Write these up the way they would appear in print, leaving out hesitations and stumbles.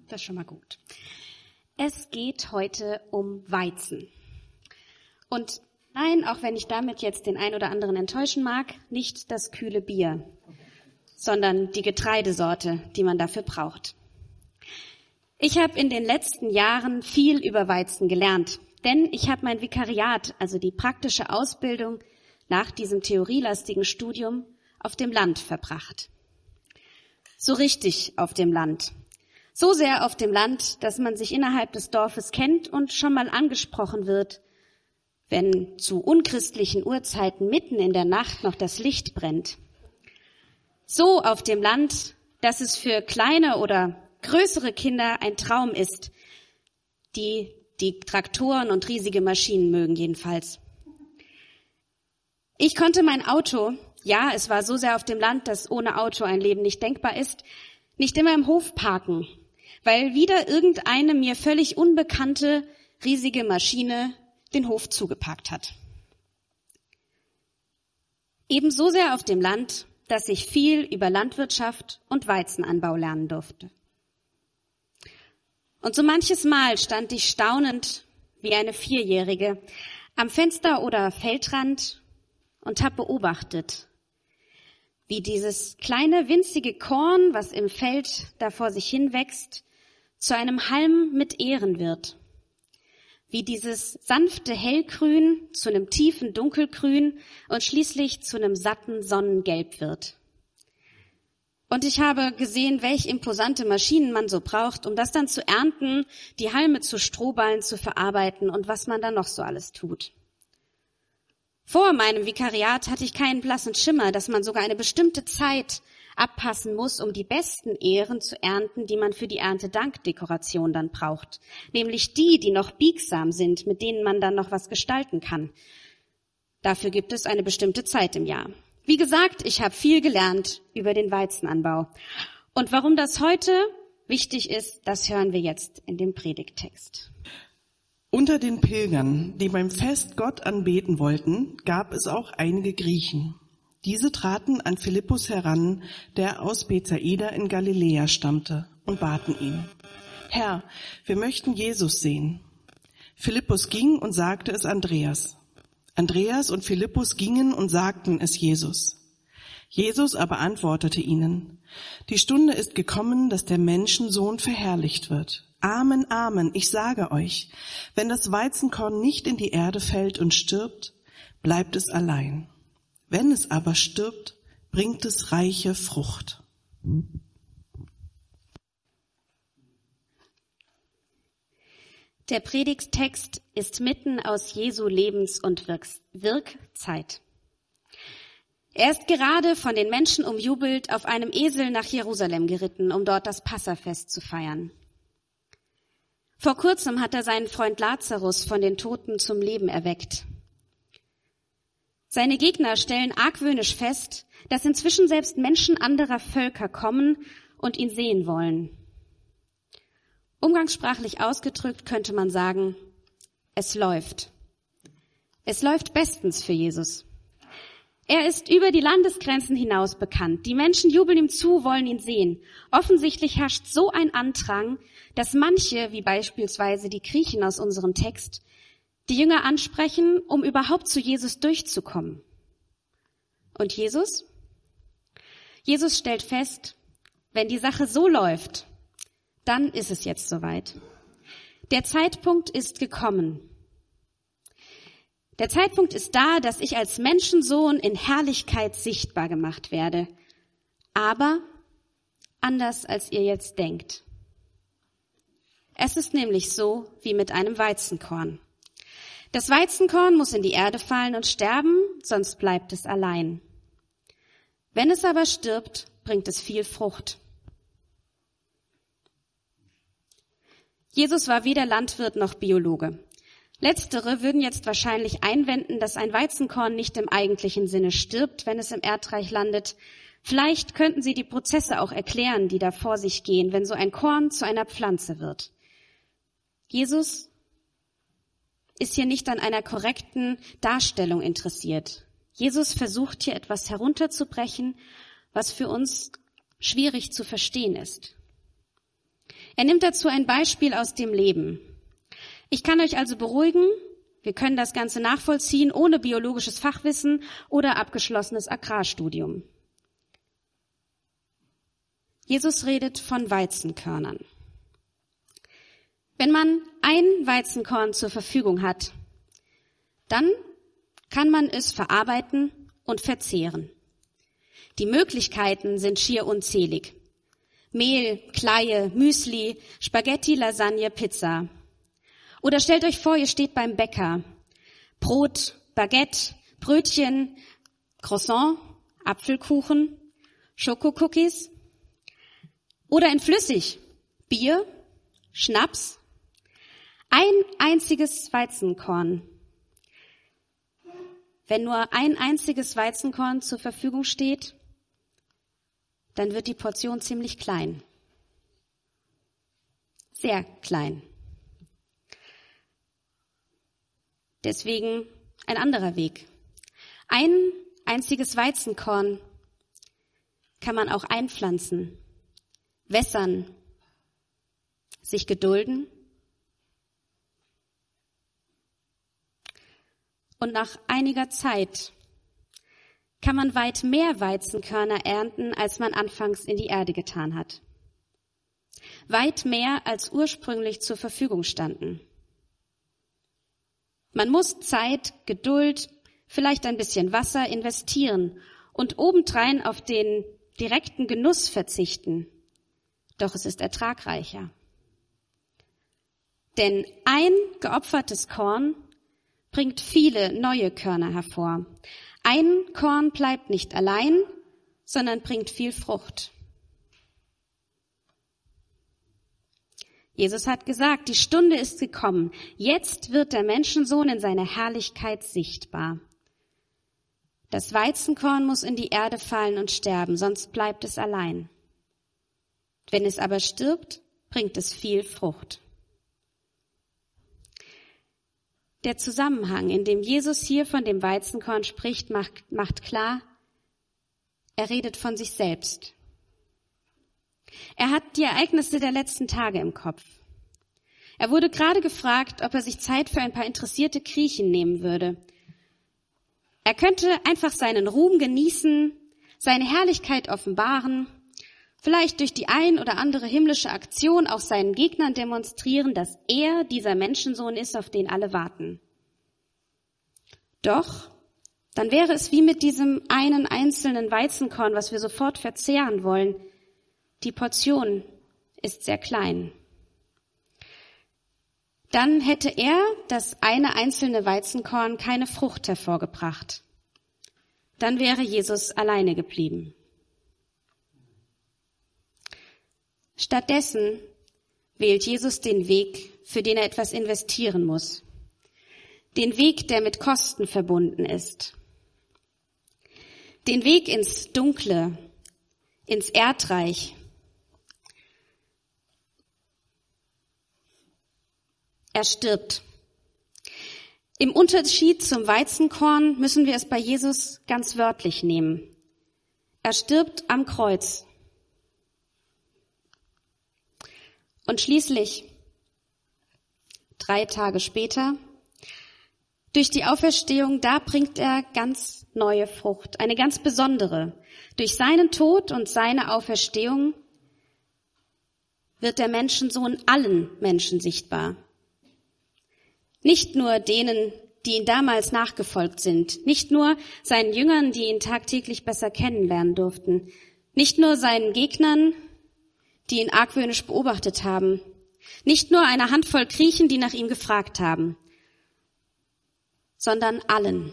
Das ist schon mal gut. Es geht heute um Weizen. Und nein, auch wenn ich damit jetzt den einen oder anderen enttäuschen mag, nicht das kühle Bier, sondern die Getreidesorte, die man dafür braucht. Ich habe in den letzten Jahren viel über Weizen gelernt, denn ich habe mein Vikariat, also die praktische Ausbildung nach diesem theorielastigen Studium, auf dem Land verbracht. So richtig auf dem Land. So sehr auf dem Land, dass man sich innerhalb des Dorfes kennt und schon mal angesprochen wird, wenn zu unchristlichen Uhrzeiten mitten in der Nacht noch das Licht brennt. So auf dem Land, dass es für kleine oder größere Kinder ein Traum ist, die Traktoren und riesige Maschinen mögen jedenfalls. Ich konnte mein Auto, ja, es war so sehr auf dem Land, dass ohne Auto ein Leben nicht denkbar ist, nicht immer im Hof parken, weil wieder irgendeine mir völlig unbekannte riesige Maschine den Hof zugeparkt hat. Ebenso sehr auf dem Land, dass ich viel über Landwirtschaft und Weizenanbau lernen durfte. Und so manches Mal stand ich staunend wie eine Vierjährige am Fenster oder Feldrand und habe beobachtet, wie dieses kleine winzige Korn, was im Feld da vor sich hin wächst, zu einem Halm mit Ähren wird. Wie dieses sanfte Hellgrün zu einem tiefen Dunkelgrün und schließlich zu einem satten Sonnengelb wird. Und ich habe gesehen, welche imposante Maschinen man so braucht, um das dann zu ernten, die Halme zu Strohballen zu verarbeiten und was man dann noch so alles tut. Vor meinem Vikariat hatte ich keinen blassen Schimmer, dass man sogar eine bestimmte Zeit abpassen muss, um die besten Ähren zu ernten, die man für die Erntedankdekoration dann braucht. Nämlich die noch biegsam sind, mit denen man dann noch was gestalten kann. Dafür gibt es eine bestimmte Zeit im Jahr. Wie gesagt, ich habe viel gelernt über den Weizenanbau. Und warum das heute wichtig ist, das hören wir jetzt in dem Predigttext. Unter den Pilgern, die beim Fest Gott anbeten wollten, gab es auch einige Griechen. Diese traten an Philippus heran, der aus Bethsaida in Galiläa stammte, und baten ihn: Herr, wir möchten Jesus sehen. Philippus ging und sagte es Andreas. Andreas und Philippus gingen und sagten es Jesus. Jesus aber antwortete ihnen: Die Stunde ist gekommen, dass der Menschensohn verherrlicht wird. Amen, Amen, ich sage euch, wenn das Weizenkorn nicht in die Erde fällt und stirbt, bleibt es allein. Wenn es aber stirbt, bringt es reiche Frucht. Der Predigttext ist mitten aus Jesu Lebens- und Wirkzeit. Er ist gerade von den Menschen umjubelt auf einem Esel nach Jerusalem geritten, um dort das Passafest zu feiern. Vor kurzem hat er seinen Freund Lazarus von den Toten zum Leben erweckt. Seine Gegner stellen argwöhnisch fest, dass inzwischen selbst Menschen anderer Völker kommen und ihn sehen wollen. Umgangssprachlich ausgedrückt könnte man sagen, es läuft. Es läuft bestens für Jesus. Er ist über die Landesgrenzen hinaus bekannt. Die Menschen jubeln ihm zu, wollen ihn sehen. Offensichtlich herrscht so ein Andrang, dass manche, wie beispielsweise die Griechen aus unserem Text, die Jünger ansprechen, um überhaupt zu Jesus durchzukommen. Und Jesus? Jesus stellt fest, wenn die Sache so läuft, dann ist es jetzt soweit. Der Zeitpunkt ist gekommen. Der Zeitpunkt ist da, dass ich als Menschensohn in Herrlichkeit sichtbar gemacht werde. Aber anders, als ihr jetzt denkt. Es ist nämlich so wie mit einem Weizenkorn. Das Weizenkorn muss in die Erde fallen und sterben, sonst bleibt es allein. Wenn es aber stirbt, bringt es viel Frucht. Jesus war weder Landwirt noch Biologe. Letztere würden jetzt wahrscheinlich einwenden, dass ein Weizenkorn nicht im eigentlichen Sinne stirbt, wenn es im Erdreich landet. Vielleicht könnten sie die Prozesse auch erklären, die da vor sich gehen, wenn so ein Korn zu einer Pflanze wird. Jesus ist hier nicht an einer korrekten Darstellung interessiert. Jesus versucht hier etwas herunterzubrechen, was für uns schwierig zu verstehen ist. Er nimmt dazu ein Beispiel aus dem Leben. Ich kann euch also beruhigen, wir können das Ganze nachvollziehen ohne biologisches Fachwissen oder abgeschlossenes Agrarstudium. Jesus redet von Weizenkörnern. Wenn man ein Weizenkorn zur Verfügung hat, dann kann man es verarbeiten und verzehren. Die Möglichkeiten sind schier unzählig. Mehl, Kleie, Müsli, Spaghetti, Lasagne, Pizza. Oder stellt euch vor, ihr steht beim Bäcker. Brot, Baguette, Brötchen, Croissant, Apfelkuchen, Schokocookies. Oder in flüssig, Bier, Schnaps. Ein einziges Weizenkorn. Wenn nur ein einziges Weizenkorn zur Verfügung steht, dann wird die Portion ziemlich klein. Sehr klein. Deswegen ein anderer Weg. Ein einziges Weizenkorn kann man auch einpflanzen, wässern, sich gedulden und nach einiger Zeit kann man weit mehr Weizenkörner ernten, als man anfangs in die Erde getan hat. Weit mehr, als ursprünglich zur Verfügung standen. Man muss Zeit, Geduld, vielleicht ein bisschen Wasser investieren und obendrein auf den direkten Genuss verzichten. Doch es ist ertragreicher. Denn ein geopfertes Korn bringt viele neue Körner hervor. Ein Korn bleibt nicht allein, sondern bringt viel Frucht. Jesus hat gesagt, die Stunde ist gekommen. Jetzt wird der Menschensohn in seiner Herrlichkeit sichtbar. Das Weizenkorn muss in die Erde fallen und sterben, sonst bleibt es allein. Wenn es aber stirbt, bringt es viel Frucht. Der Zusammenhang, in dem Jesus hier von dem Weizenkorn spricht, macht klar, er redet von sich selbst. Er hat die Ereignisse der letzten Tage im Kopf. Er wurde gerade gefragt, ob er sich Zeit für ein paar interessierte Griechen nehmen würde. Er könnte einfach seinen Ruhm genießen, seine Herrlichkeit offenbaren, vielleicht durch die ein oder andere himmlische Aktion auch seinen Gegnern demonstrieren, dass er dieser Menschensohn ist, auf den alle warten. Doch dann wäre es wie mit diesem einen einzelnen Weizenkorn, was wir sofort verzehren wollen. Die Portion ist sehr klein. Dann hätte er, das eine einzelne Weizenkorn, keine Frucht hervorgebracht. Dann wäre Jesus alleine geblieben. Stattdessen wählt Jesus den Weg, für den er etwas investieren muss. Den Weg, der mit Kosten verbunden ist. Den Weg ins Dunkle, ins Erdreich. Er stirbt. Im Unterschied zum Weizenkorn müssen wir es bei Jesus ganz wörtlich nehmen. Er stirbt am Kreuz. Und schließlich, 3 Tage später, durch die Auferstehung, da bringt er ganz neue Frucht, eine ganz besondere. Durch seinen Tod und seine Auferstehung wird der Menschensohn allen Menschen sichtbar. Nicht nur denen, die ihn damals nachgefolgt sind, nicht nur seinen Jüngern, die ihn tagtäglich besser kennenlernen durften, nicht nur seinen Gegnern, die ihn argwöhnisch beobachtet haben, nicht nur einer Handvoll Griechen, die nach ihm gefragt haben, sondern allen.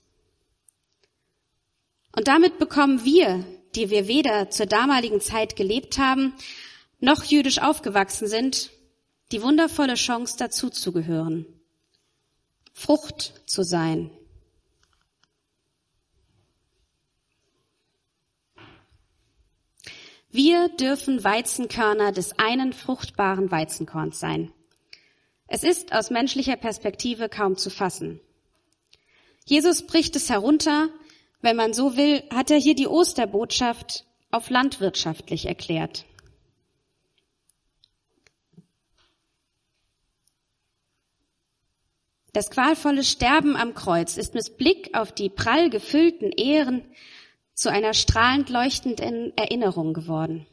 Und damit bekommen wir, die wir weder zur damaligen Zeit gelebt haben, noch jüdisch aufgewachsen sind, die wundervolle Chance, dazuzugehören. Frucht zu sein. Wir dürfen Weizenkörner des einen fruchtbaren Weizenkorns sein. Es ist aus menschlicher Perspektive kaum zu fassen. Jesus bricht es herunter, wenn man so will, hat er hier die Osterbotschaft auf landwirtschaftlich erklärt. Das qualvolle Sterben am Kreuz ist mit Blick auf die prall gefüllten Ähren zu einer strahlend leuchtenden Erinnerung geworden.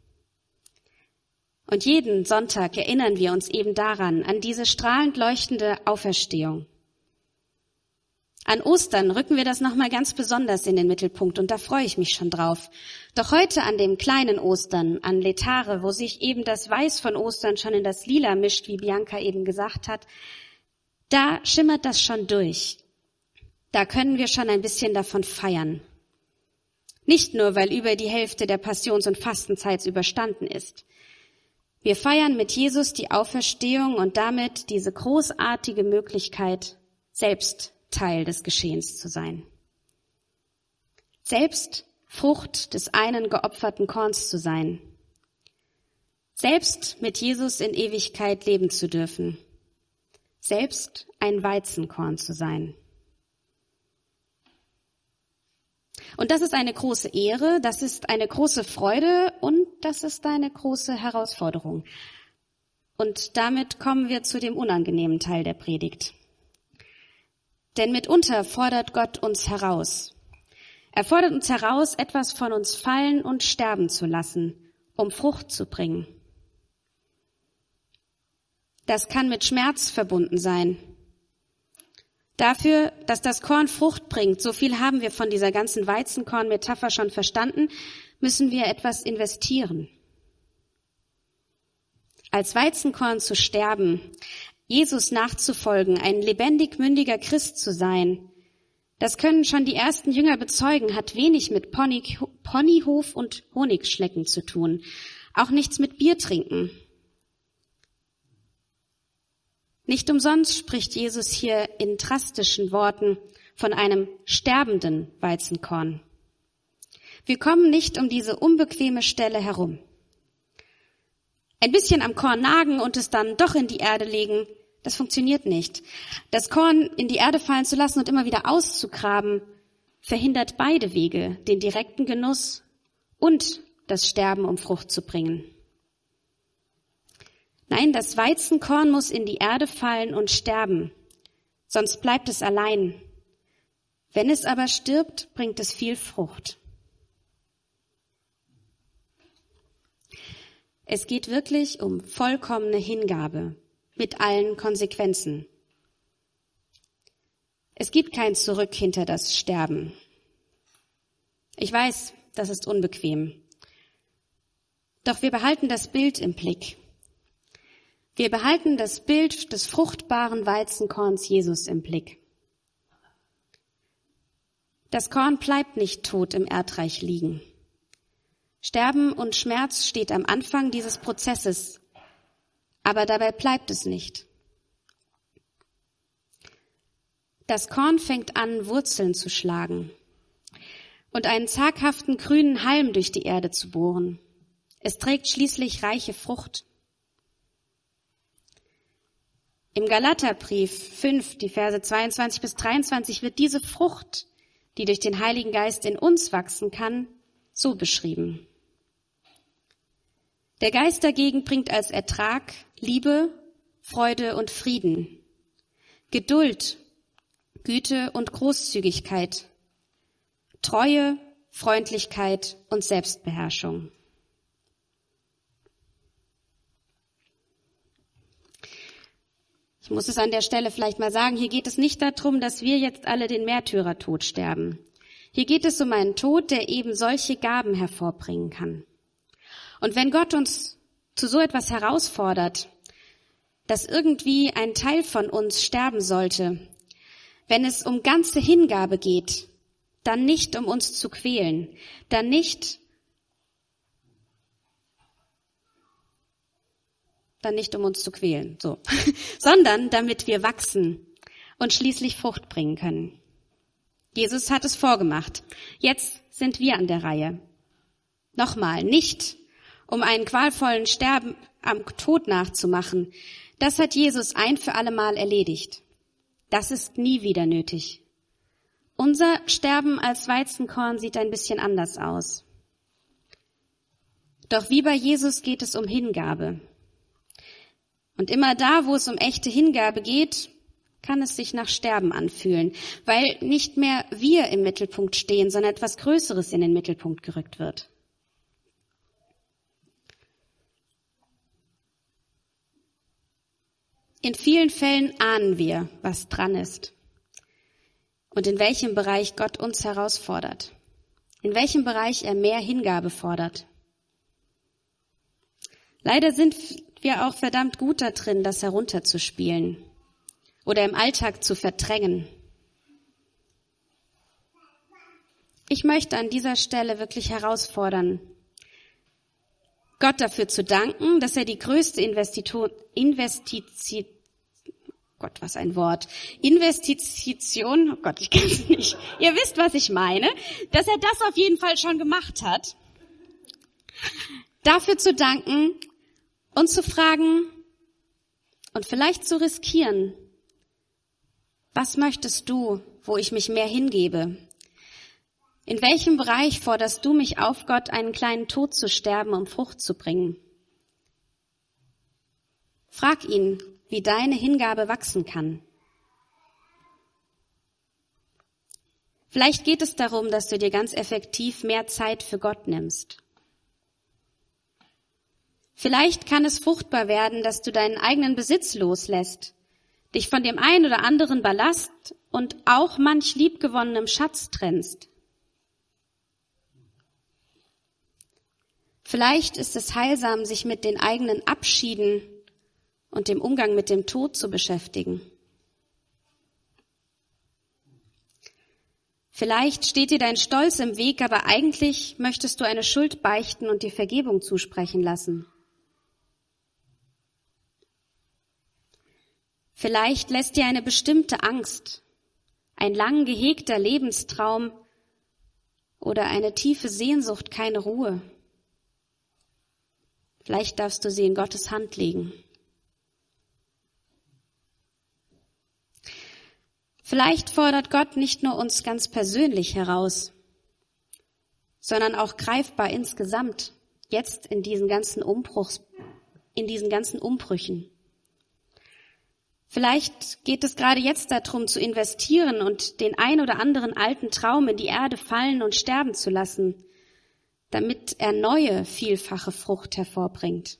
Und jeden Sonntag erinnern wir uns eben daran, an diese strahlend leuchtende Auferstehung. An Ostern rücken wir das nochmal ganz besonders in den Mittelpunkt und da freue ich mich schon drauf. Doch heute an dem kleinen Ostern, an Letare, wo sich eben das Weiß von Ostern schon in das Lila mischt, wie Bianca eben gesagt hat, da schimmert das schon durch. Da können wir schon ein bisschen davon feiern. Nicht nur, weil über die Hälfte der Passions- und Fastenzeit überstanden ist. Wir feiern mit Jesus die Auferstehung und damit diese großartige Möglichkeit, selbst Teil des Geschehens zu sein. Selbst Frucht des einen geopferten Korns zu sein. Selbst mit Jesus in Ewigkeit leben zu dürfen. Selbst ein Weizenkorn zu sein. Und das ist eine große Ehre, das ist eine große Freude und das ist eine große Herausforderung. Und damit kommen wir zu dem unangenehmen Teil der Predigt. Denn mitunter fordert Gott uns heraus. Er fordert uns heraus, etwas von uns fallen und sterben zu lassen, um Frucht zu bringen. Das kann mit Schmerz verbunden sein. Dafür, dass das Korn Frucht bringt, so viel haben wir von dieser ganzen Weizenkorn-Metapher schon verstanden, müssen wir etwas investieren. Als Weizenkorn zu sterben, Jesus nachzufolgen, ein lebendig mündiger Christ zu sein, das können schon die ersten Jünger bezeugen, hat wenig mit Ponyhof und Honigschlecken zu tun, auch nichts mit Bier trinken. Nicht umsonst spricht Jesus hier in drastischen Worten von einem sterbenden Weizenkorn. Wir kommen nicht um diese unbequeme Stelle herum. Ein bisschen am Korn nagen und es dann doch in die Erde legen, das funktioniert nicht. Das Korn in die Erde fallen zu lassen und immer wieder auszugraben, verhindert beide Wege, den direkten Genuss und das Sterben, um Frucht zu bringen. Nein, das Weizenkorn muss in die Erde fallen und sterben, sonst bleibt es allein. Wenn es aber stirbt, bringt es viel Frucht. Es geht wirklich um vollkommene Hingabe mit allen Konsequenzen. Es gibt kein Zurück hinter das Sterben. Ich weiß, das ist unbequem. Doch wir behalten das Bild im Blick. Wir behalten das Bild des fruchtbaren Weizenkorns Jesus im Blick. Das Korn bleibt nicht tot im Erdreich liegen. Sterben und Schmerz steht am Anfang dieses Prozesses, aber dabei bleibt es nicht. Das Korn fängt an, Wurzeln zu schlagen und einen zaghaften grünen Halm durch die Erde zu bohren. Es trägt schließlich reiche Frucht. Im Galaterbrief 5, die Verse 22 bis 23, wird diese Frucht, die durch den Heiligen Geist in uns wachsen kann, so beschrieben. Der Geist dagegen bringt als Ertrag Liebe, Freude und Frieden, Geduld, Güte und Großzügigkeit, Treue, Freundlichkeit und Selbstbeherrschung. Ich muss es an der Stelle vielleicht mal sagen, hier geht es nicht darum, dass wir jetzt alle den Märtyrertod sterben. Hier geht es um einen Tod, der eben solche Gaben hervorbringen kann. Und wenn Gott uns zu so etwas herausfordert, dass irgendwie ein Teil von uns sterben sollte, wenn es um ganze Hingabe geht, dann nicht um uns zu quälen, dann nicht um uns zu quälen, so, sondern damit wir wachsen und schließlich Frucht bringen können. Jesus hat es vorgemacht. Jetzt sind wir an der Reihe. Nochmal, nicht um einen qualvollen Sterben am Tod nachzumachen. Das hat Jesus ein für alle Mal erledigt. Das ist nie wieder nötig. Unser Sterben als Weizenkorn sieht ein bisschen anders aus. Doch wie bei Jesus geht es um Hingabe. Und immer da, wo es um echte Hingabe geht, kann es sich nach Sterben anfühlen, weil nicht mehr wir im Mittelpunkt stehen, sondern etwas Größeres in den Mittelpunkt gerückt wird. In vielen Fällen ahnen wir, was dran ist und in welchem Bereich Gott uns herausfordert, in welchem Bereich er mehr Hingabe fordert. Leider sind wir auch verdammt gut da drin, das herunterzuspielen oder im Alltag zu verdrängen. Ich möchte an dieser Stelle wirklich herausfordern, Gott dafür zu danken, dass er die größte Investition, oh Gott, ich kann es nicht. Ihr wisst, was ich meine, dass er das auf jeden Fall schon gemacht hat. Dafür zu danken und zu fragen und vielleicht zu riskieren, was möchtest du, wo ich mich mehr hingebe? In welchem Bereich forderst du mich auf, Gott, einen kleinen Tod zu sterben, um Frucht zu bringen? Frag ihn, wie deine Hingabe wachsen kann. Vielleicht geht es darum, dass du dir ganz effektiv mehr Zeit für Gott nimmst. Vielleicht kann es fruchtbar werden, dass du deinen eigenen Besitz loslässt, dich von dem einen oder anderen Ballast und auch manch liebgewonnenem Schatz trennst. Vielleicht ist es heilsam, sich mit den eigenen Abschieden und dem Umgang mit dem Tod zu beschäftigen. Vielleicht steht dir dein Stolz im Weg, aber eigentlich möchtest du eine Schuld beichten und dir Vergebung zusprechen lassen. Vielleicht lässt dir eine bestimmte Angst, ein lang gehegter Lebenstraum oder eine tiefe Sehnsucht keine Ruhe. Vielleicht darfst du sie in Gottes Hand legen. Vielleicht fordert Gott nicht nur uns ganz persönlich heraus, sondern auch greifbar insgesamt, jetzt in diesen ganzen Umbrüchen. Vielleicht geht es gerade jetzt darum, zu investieren und den ein oder anderen alten Traum in die Erde fallen und sterben zu lassen, damit er neue, vielfache Frucht hervorbringt.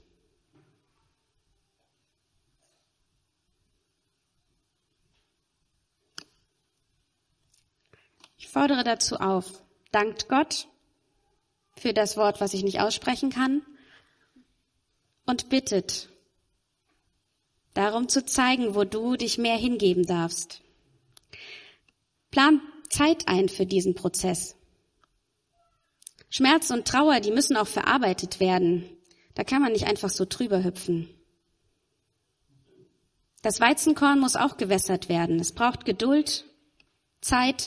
Ich fordere dazu auf, dankt Gott für das Wort, was ich nicht aussprechen kann, und bittet darum zu zeigen, wo du dich mehr hingeben darfst. Plan Zeit ein für diesen Prozess. Schmerz und Trauer, die müssen auch verarbeitet werden. Da kann man nicht einfach so drüber hüpfen. Das Weizenkorn muss auch gewässert werden. Es braucht Geduld, Zeit.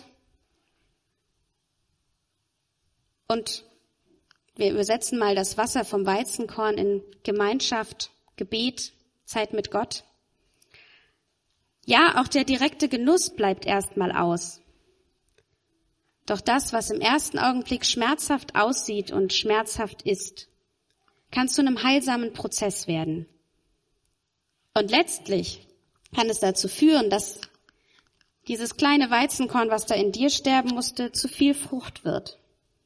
Und wir übersetzen mal das Wasser vom Weizenkorn in Gemeinschaft, Gebet, Zeit mit Gott. Ja, auch der direkte Genuss bleibt erstmal aus. Doch das, was im ersten Augenblick schmerzhaft aussieht und schmerzhaft ist, kann zu einem heilsamen Prozess werden. Und letztlich kann es dazu führen, dass dieses kleine Weizenkorn, was da in dir sterben musste, zu viel Frucht wird.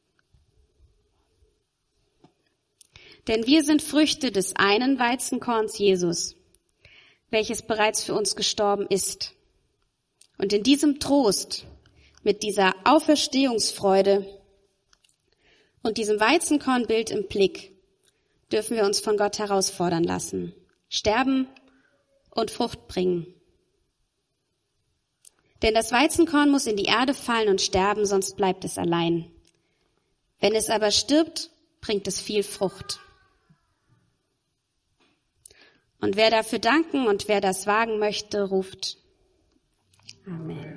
Denn wir sind Früchte des einen Weizenkorns Jesus, welches bereits für uns gestorben ist. Und in diesem Trost, mit dieser Auferstehungsfreude und diesem Weizenkornbild im Blick, dürfen wir uns von Gott herausfordern lassen, sterben und Frucht bringen. Denn das Weizenkorn muss in die Erde fallen und sterben, sonst bleibt es allein. Wenn es aber stirbt, bringt es viel Frucht. Und wer dafür danken und wer das wagen möchte, ruft Amen.